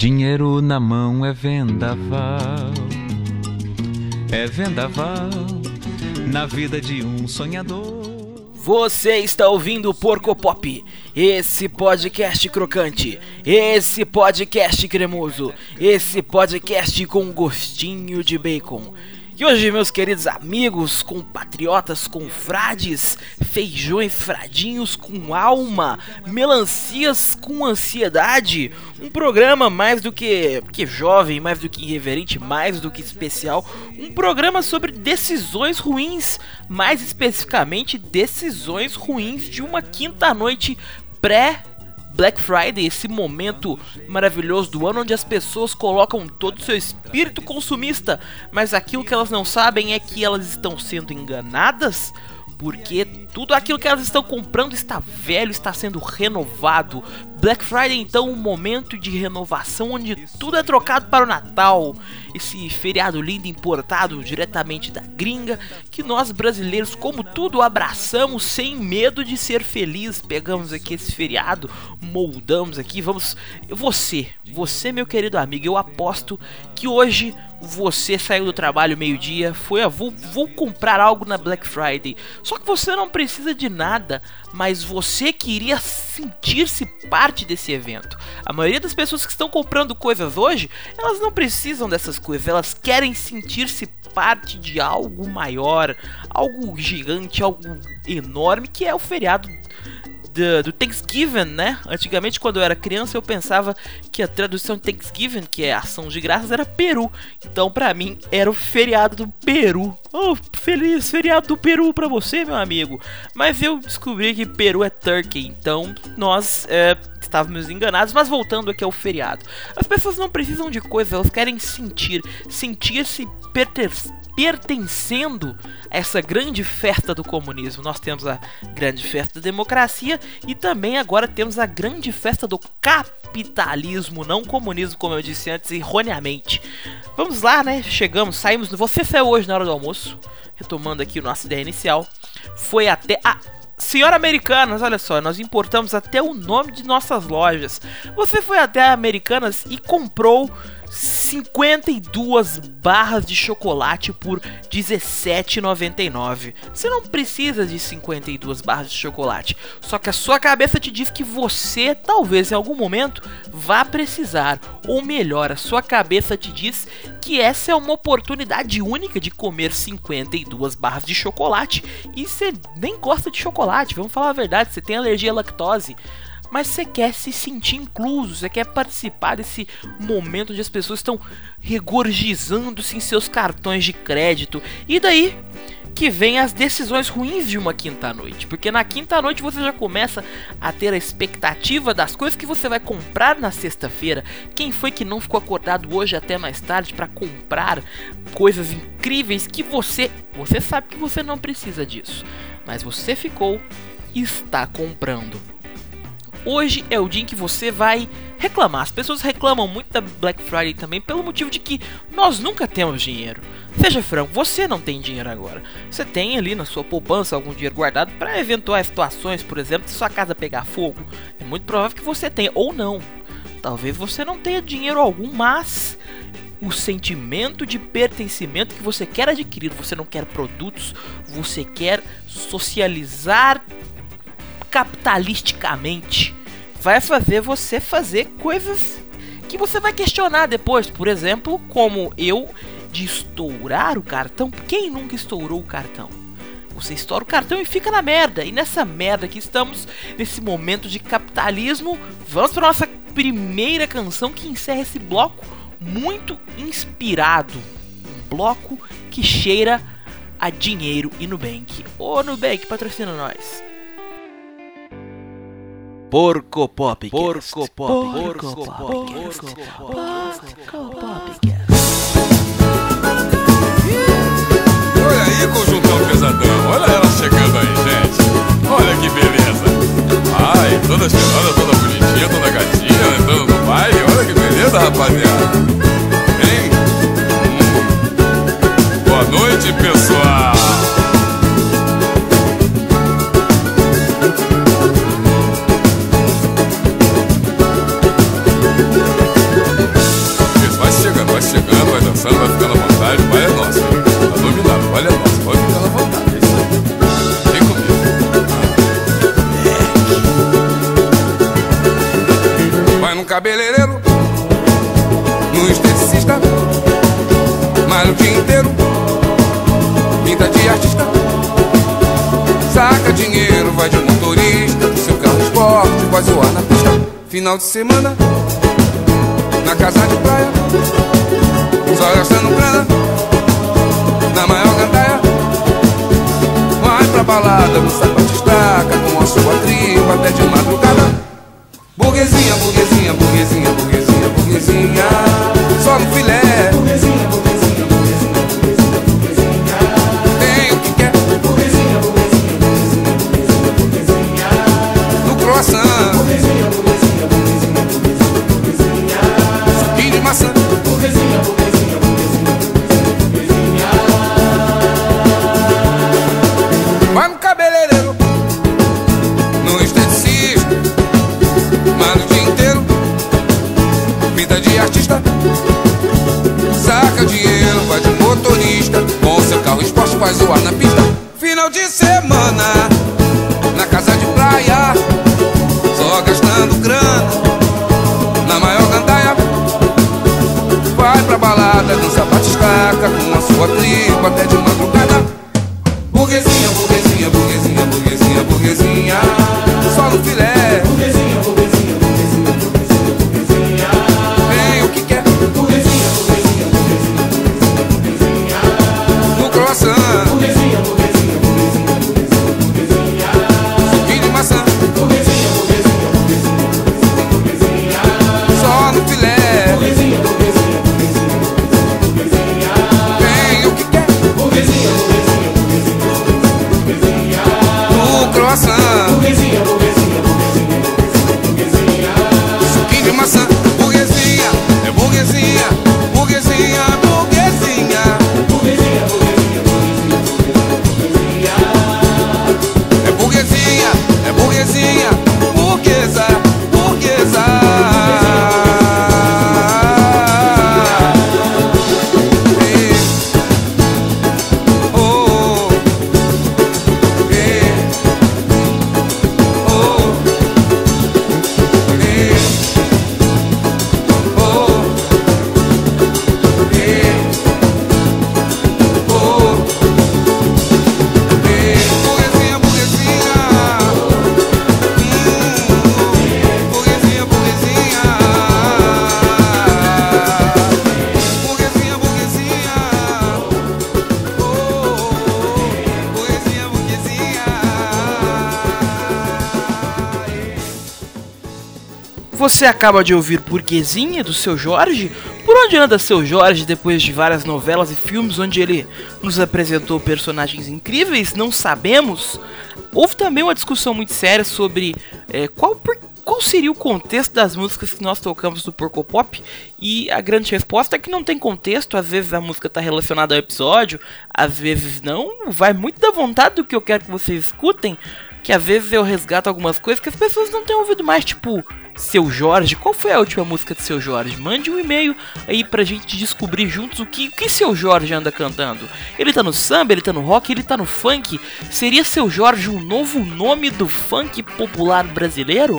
Dinheiro na mão é vendaval na vida de um sonhador. Você está ouvindo o Porco Pop, esse podcast crocante, esse podcast cremoso, esse podcast com gostinho de bacon. E hoje, meus queridos amigos, compatriotas, confrades, feijões fradinhos com alma, melancias com ansiedade, um programa mais do que jovem, mais do que irreverente, mais do que especial, um programa sobre decisões ruins, mais especificamente decisões ruins de uma quinta-noite Black Friday, esse momento maravilhoso do ano onde as pessoas colocam todo o seu espírito consumista, mas aquilo que elas não sabem é que elas estão sendo enganadas, porque tudo aquilo que elas estão comprando está velho, está sendo renovado. Black Friday, então, um momento de renovação onde tudo é trocado para o Natal. Esse feriado lindo importado diretamente da gringa, que nós brasileiros, como tudo, abraçamos sem medo de ser felizes. Pegamos aqui esse feriado, moldamos aqui, Você, meu querido amigo, eu aposto que hoje você saiu do trabalho meio-dia, vou comprar algo na Black Friday. Só que você não precisa de nada, mas você queria sentir-se parte desse evento. A maioria das pessoas que estão comprando coisas hoje, elas não precisam dessas coisas, elas querem sentir-se parte de algo maior, algo gigante, algo enorme, que é o feriado do Thanksgiving, né? Antigamente, quando eu era criança, eu pensava que a tradução de Thanksgiving, que é ação de graças, era Peru. Então, pra mim, era o feriado do Peru. Oh, feliz feriado do Peru pra você, meu amigo. Mas eu descobri que Peru é Turkey, então nós estávamos enganados. Mas voltando aqui ao feriado, as pessoas não precisam de coisas, elas querem sentir-se pertencendo a essa grande festa do comunismo. Nós temos a grande festa da democracia e também agora temos a grande festa do capitalismo, não comunismo, como eu disse antes, erroneamente. Vamos lá, né? Saímos. Você saiu hoje na hora do almoço, retomando aqui a nossa ideia inicial, foi até Senhora Americanas, olha só, nós importamos até o nome de nossas lojas. Você foi até a Americanas e comprou 52 barras de chocolate por R$17,99. Você não precisa de 52 barras de chocolate, só que a sua cabeça te diz que você talvez em algum momento vá precisar, ou melhor, a sua cabeça te diz que essa é uma oportunidade única de comer 52 barras de chocolate e você nem gosta de chocolate, vamos falar a verdade, você tem alergia à lactose. Mas você quer se sentir incluso, você quer participar desse momento onde as pessoas estão regurgizando-se em seus cartões de crédito. E daí que vem as decisões ruins de uma quinta-noite. Porque na quinta-noite você já começa a ter a expectativa das coisas que você vai comprar na sexta-feira. Quem foi que não ficou acordado hoje até mais tarde para comprar coisas incríveis que você sabe que você não precisa disso, mas você ficou e está comprando. Hoje é o dia em que você vai reclamar. As pessoas reclamam muito da Black Friday também pelo motivo de que nós nunca temos dinheiro. Seja franco, você não tem dinheiro agora. Você tem ali na sua poupança algum dinheiro guardado para eventuais situações, por exemplo, se sua casa pegar fogo. É muito provável que você tenha, ou não. Talvez você não tenha dinheiro algum, mas o sentimento de pertencimento que você quer adquirir, você não quer produtos, você quer socializar capitalisticamente, vai fazer você fazer coisas que você vai questionar depois. Por exemplo, como eu, de estourar o cartão. Quem nunca estourou o cartão? Você estoura o cartão e fica na merda. E nessa merda que estamos, nesse momento de capitalismo, vamos para nossa primeira canção que encerra esse bloco muito inspirado. Um bloco que cheira a dinheiro e Nubank. Ô Nubank, patrocina nós. Porco Pop. Porco Pop. Porco Pop. Olha aí, conjuntão pesadão. Olha ela chegando aí, gente. Olha que beleza. Ai, toda cheirosa, toda bonitinha, toda gatinha, entrando no baile. Olha que beleza, rapaziada. Hein? Boa noite, pessoal. cabeleireiro, no esteticista, malha o dia inteiro, pinta de artista, saca dinheiro, vai de motorista, do seu carro esporte, vai zoar na pista. Final de semana, na casa de praia, só gastando grana, na maior gandaia. Vai pra balada, no sapato estaca, com a sua tripa até de madrugada. Burguesinha, burguesinha, burguesinha, burguesinha, burguesinha, só no filé. Burguesinha, burguesinha, burguesinha, burguesinha, burguesinha, tem o que quer. Burguesinha, burguesinha, burguesinha, burguesinha, burguesinha, no croissant. Burguesinha, burguesinha, burguesinha, burguesinha, burguesinha, suquinho de maçã. Burguesinha, burguesinha, burguesinha, burguesinha, burguesinha. Vai no cabeleireiro, no esteticista, malha o dia inteiro, pinta de artista, saca dinheiro, vai de motorista, com seu carro esporte faz zoar na pista. Final de semana, na casa de praia, só gastando grana, na maior gandaia. Vai pra balada, dança bate-estaca, com a sua tripa até de madrugada. Burguesinha, burguesinha, burguesinha, burguesinha, burguesinha, só no filé. Burguesinha, burguesinha, burguesinha, burguesinha, burguesinha, tem o que quer. Burguesinha, burguesinha, burguesinha, burguesinha, burguesinha, no croissant. Burguesinha, burguesinha, burguesinha, burguesinha, burguesinha, suquinho de maçã. Burguesinha, burguesinha, burguesinha, burguesinha, burguesinha, só no filé. Burguesinha, burguesinha, burguesinha, burguesinha, tem o que quer. Burguesinha, burguesinha, burguesinha, burguesinha, no croissant. Burguesinha, burguesinha, burguesinha, burguesinha, suquinho de maçã. Burguesinha, é burguesinha, burguesinha, burguesinha. Burguesinha, burguesinha, burguesinha, burguesinha, é burguesinha, é burguesinha, burguesa, burguesa. Você acaba de ouvir Burguesinha, do Seu Jorge. Por onde anda Seu Jorge depois de várias novelas e filmes onde ele nos apresentou personagens incríveis? Não sabemos. Houve também uma discussão muito séria sobre qual seria o contexto das músicas que nós tocamos do Porco Pop. E a grande resposta é que não tem contexto. Às vezes a música está relacionada ao episódio, às vezes não. Vai muito da vontade do que eu quero que vocês escutem. Que às vezes eu resgato algumas coisas que as pessoas não têm ouvido mais, tipo Seu Jorge. Qual foi a última música de Seu Jorge? Mande um e-mail aí pra gente descobrir juntos o que Seu Jorge anda cantando. Ele tá no samba, ele tá no rock, ele tá no funk. Seria Seu Jorge um novo nome do funk popular brasileiro?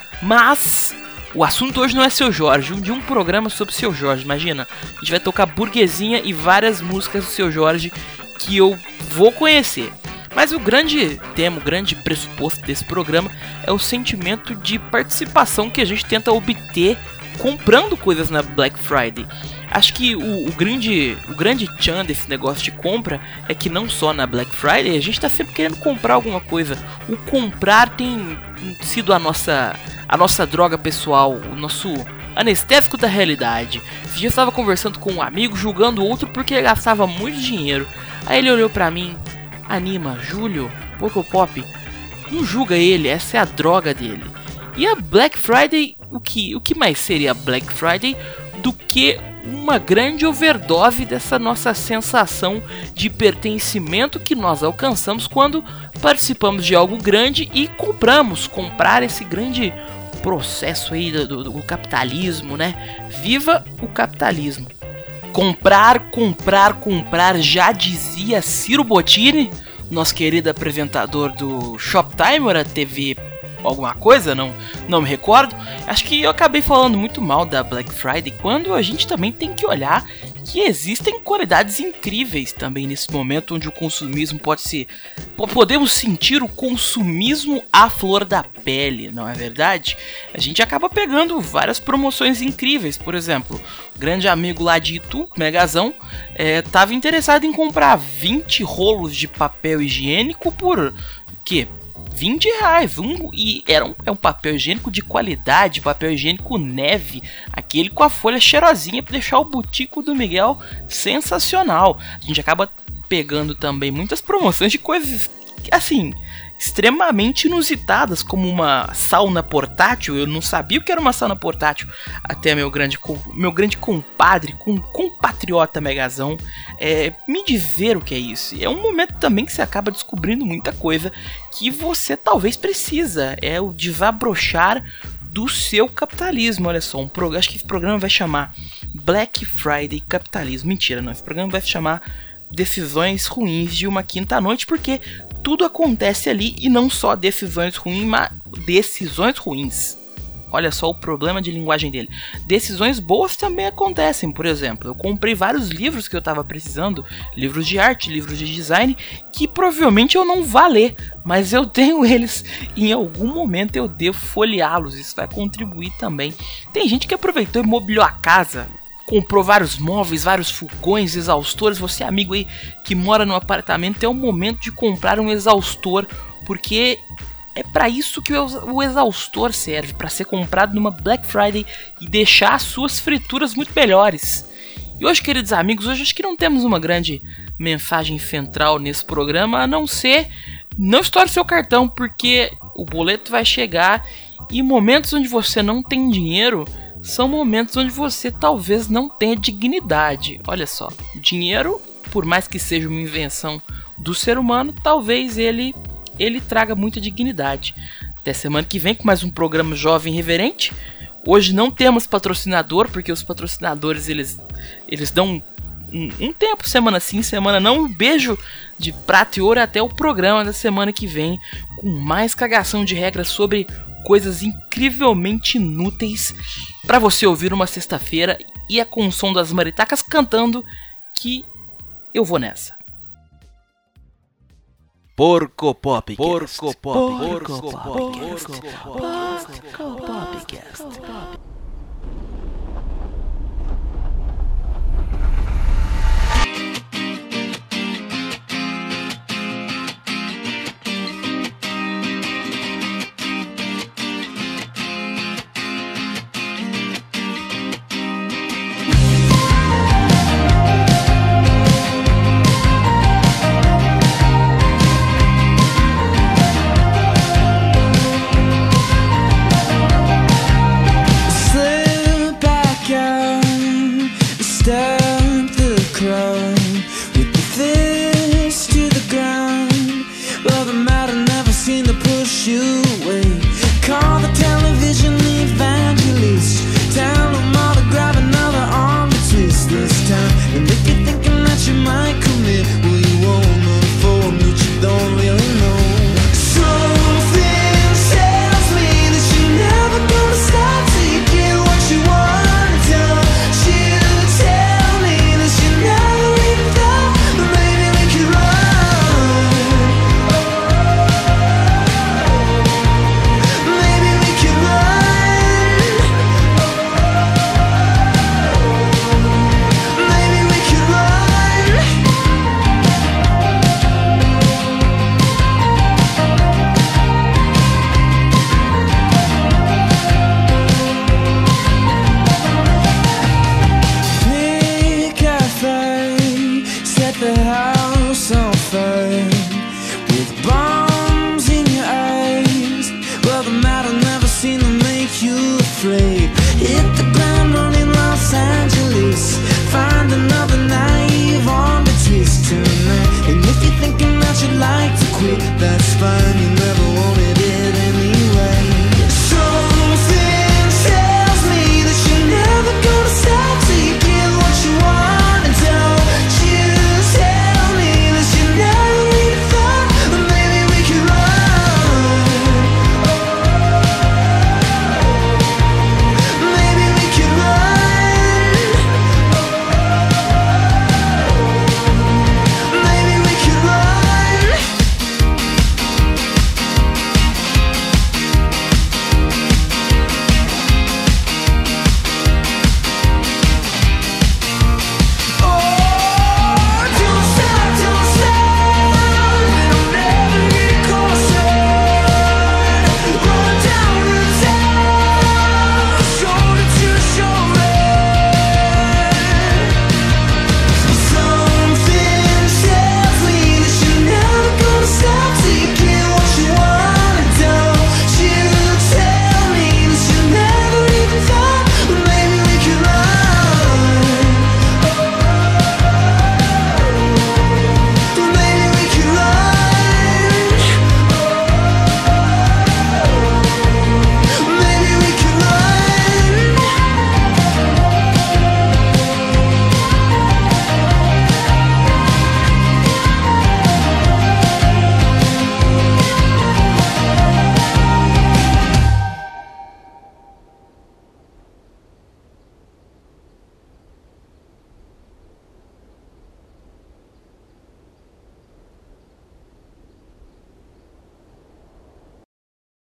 Mas o assunto hoje não é Seu Jorge, de um programa sobre Seu Jorge, imagina. A gente vai tocar Burguesinha e várias músicas do Seu Jorge que eu vou conhecer. Mas o grande tema, o grande pressuposto desse programa é o sentimento de participação que a gente tenta obter comprando coisas na Black Friday. Acho que o grande tchan desse negócio de compra é que não só na Black Friday, a gente está sempre querendo comprar alguma coisa. O comprar tem sido a nossa droga pessoal, o nosso anestésico da realidade. Esse dia eu estava conversando com um amigo, julgando o outro porque ele gastava muito dinheiro. Aí ele olhou pra mim: Anima, Júlio, Porco Pop, não julga ele, essa é a droga dele. E a Black Friday, o que mais seria a Black Friday do que uma grande overdose dessa nossa sensação de pertencimento que nós alcançamos quando participamos de algo grande e comprar esse grande processo aí do capitalismo, né? Viva o capitalismo! Comprar, já dizia Ciro Bottini, nosso querido apresentador do Shoptime, a TV alguma coisa, não me recordo. Acho que eu acabei falando muito mal da Black Friday, quando a gente também tem que olhar que existem qualidades incríveis também nesse momento onde o consumismo podemos sentir o consumismo à flor da pele, não é verdade? A gente acaba pegando várias promoções incríveis. Por exemplo, o grande amigo lá de Itu, Megazão, estava interessado em comprar 20 rolos de papel higiênico por quê? R$20, e é um papel higiênico de qualidade, papel higiênico neve, aquele com a folha cheirosinha para deixar o butico do Miguel sensacional. A gente acaba pegando também muitas promoções de coisas assim extremamente inusitadas, como uma sauna portátil. Eu não sabia o que era uma sauna portátil até meu grande compadre, compatriota Megazão me dizer o que é isso. É um momento também que você acaba descobrindo muita coisa que você talvez precisa. É o desabrochar do seu capitalismo. Olha só, acho que esse programa vai chamar Black Friday Capitalismo. Mentira, não. Esse programa vai se chamar Decisões Ruins de uma Quinta Noite, porque tudo acontece ali, e não só decisões ruins, mas decisões ruins. Olha só o problema de linguagem dele. Decisões boas também acontecem. Por exemplo, eu comprei vários livros que eu estava precisando, livros de arte, livros de design, que provavelmente eu não vou ler, mas eu tenho eles e em algum momento eu devo folheá-los. Isso vai contribuir também. Tem gente que aproveitou e mobiliou a casa, comprou vários móveis, vários fogões, exaustores. Você, amigo aí que mora num apartamento, é o momento de comprar um exaustor, porque é para isso que o exaustor serve, para ser comprado numa Black Friday e deixar as suas frituras muito melhores. E hoje, queridos amigos, hoje acho que não temos uma grande mensagem central nesse programa, a não ser: não estoure seu cartão, porque o boleto vai chegar, e momentos onde você não tem dinheiro são momentos onde você talvez não tenha dignidade. Olha só, dinheiro, por mais que seja uma invenção do ser humano, talvez ele traga muita dignidade. Até semana que vem com mais um programa Jovem Reverente. Hoje não temos patrocinador, porque os patrocinadores eles dão um tempo, semana sim, semana não. Um beijo de prata e ouro, até o programa da semana que vem, com mais cagação de regras sobre coisas incrivelmente inúteis para você ouvir uma sexta-feira, e é com o som das maritacas cantando que eu vou nessa. Porco Popcast. Porco Popcast. That's fine.